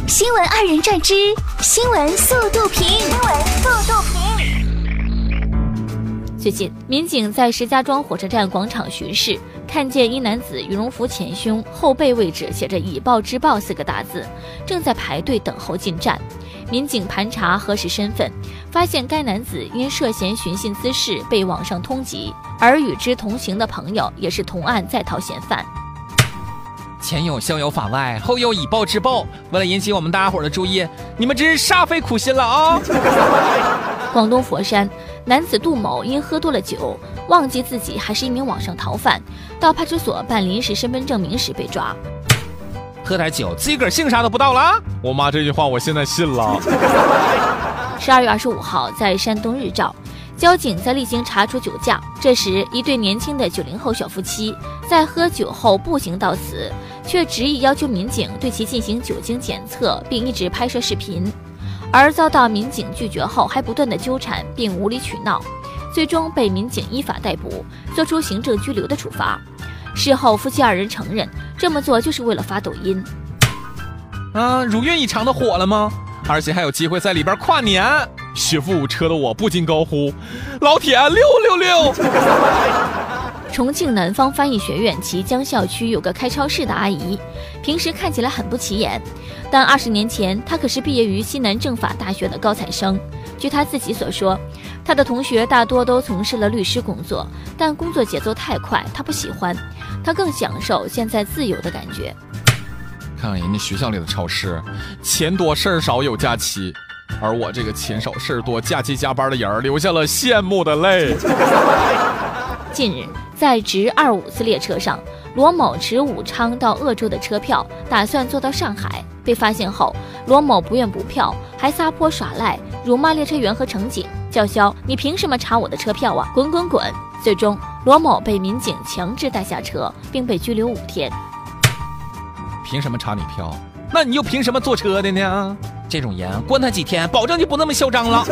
新闻二人转之新闻速度评。最近，民警在石家庄火车站广场巡视，看见一男子羽绒服前胸后背位置写着"以暴制暴"4个大字，正在排队等候进站。民警盘查核实身份，发现该男子因涉嫌寻衅滋事被网上通缉，而与之同行的朋友也是同案在逃嫌犯。 前有逍遥法外，后有以暴制暴，为了引起我们大家伙的注意，你们真是煞费苦心了啊！ 广东佛山男子杜某因喝多了酒，忘记自己还是一名网上逃犯，到派出所办临时身份证明时被抓。 喝点酒，自己个儿姓啥都不到了。 我妈这句话我现在信了。 12月25号，在山东日照，交警在例行查处酒驾，这时一对年轻的90后小夫妻在喝酒后步行到此，却执意要求民警对其进行酒精检测，并一直拍摄视频，而遭到民警拒绝后还不断的纠缠并无理取闹，最终被民警依法逮捕，作出行政拘留的处罚。事后夫妻2人承认这么做就是为了发抖音。 如愿以偿的火了吗？而且还有机会在里边跨年。 学富五车的我不禁高呼：老铁666！ 重庆南方翻译学院綦江校区有个开超市的阿姨，平时看起来很不起眼，但20年前她可是毕业于西南政法大学的高材生。据她自己所说，她的同学大多都从事了律师工作，但工作节奏太快，她不喜欢，她更享受现在自由的感觉。 看看人家学校里的超市，钱多事儿少有假期，而我这个钱少事儿多假期加班的人流下了羡慕的泪。 近日，在直25次列车上，罗某持武昌到鄂州的车票，打算坐到上海。被发现后，罗某不愿补票，还撒泼耍赖，辱骂列车员和乘警，叫嚣："你凭什么查我的车票啊？滚滚滚！"最终，罗某被民警强制带下车，并被拘留5天。 凭什么查你票？那你又凭什么坐车的呢？这种人关他几天，保证就不那么嚣张了。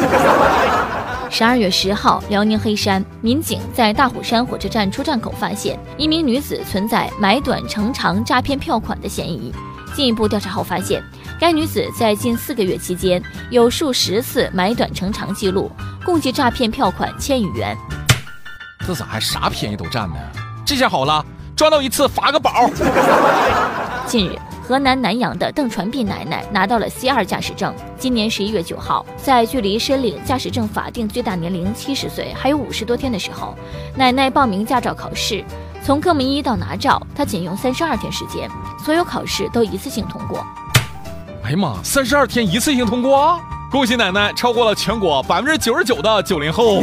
12月10号，辽宁黑山民警在大虎山火车站出站口发现一名女子存在买短乘长诈骗票款的嫌疑。进一步调查后发现，该女子在近4个月期间有数10次买短乘长记录，共计诈骗票款1000余元。 这咋还啥便宜都占呢？这下好了，抓到一次罚个宝。 近日，河南南阳的邓传碧奶奶拿到了 C2 驾驶证。今年11月9号，在距离申领驾驶证法定最大年龄70岁还有50多天的时候，奶奶报名驾照考试。从科目1到拿照，她仅用32天时间，所有考试都一次性通过。 哎呀妈，32天一次性通过，恭喜奶奶超过了全国99%的90后。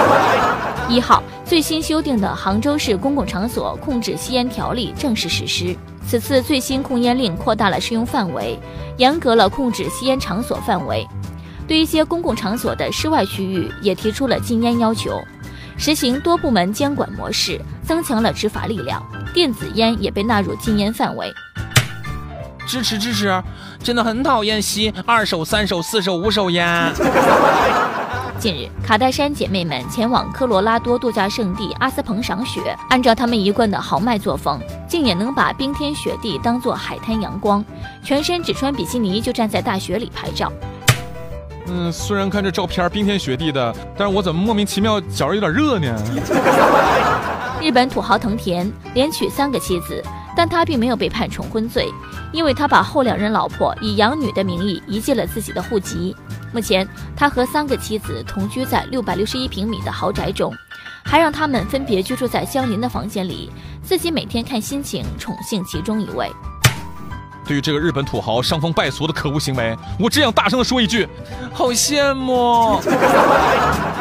1号，最新修订的杭州市公共场所控制吸烟条例正式实施。此次最新控烟令扩大了适用范围，严格了控制吸烟场所范围，对一些公共场所的室外区域也提出了禁烟要求，实行多部门监管模式，增强了执法力量。电子烟也被纳入禁烟范围。 支持，真的很讨厌吸2手、3手、4手、5手烟。 近日，卡戴珊姐妹们前往科罗拉多度假胜地阿斯彭赏雪，按照她们一贯的豪迈作风，竟也能把冰天雪地当作海滩阳光，全身只穿比基尼就站在大雪里拍照。 虽然看这照片冰天雪地的，但是我怎么莫名其妙脚有点热呢？ 日本土豪藤田连娶3个妻子，但他并没有被判重婚罪，因为他把后2任老婆以养女的名义移借了自己的户籍。目前，他和3个妻子同居在661平米的豪宅中，还让他们分别居住在相邻的房间里，自己每天看心情宠幸其中一位。 对于这个日本土豪伤风败俗的可恶行为，我只想大声地说一句：好羡慕。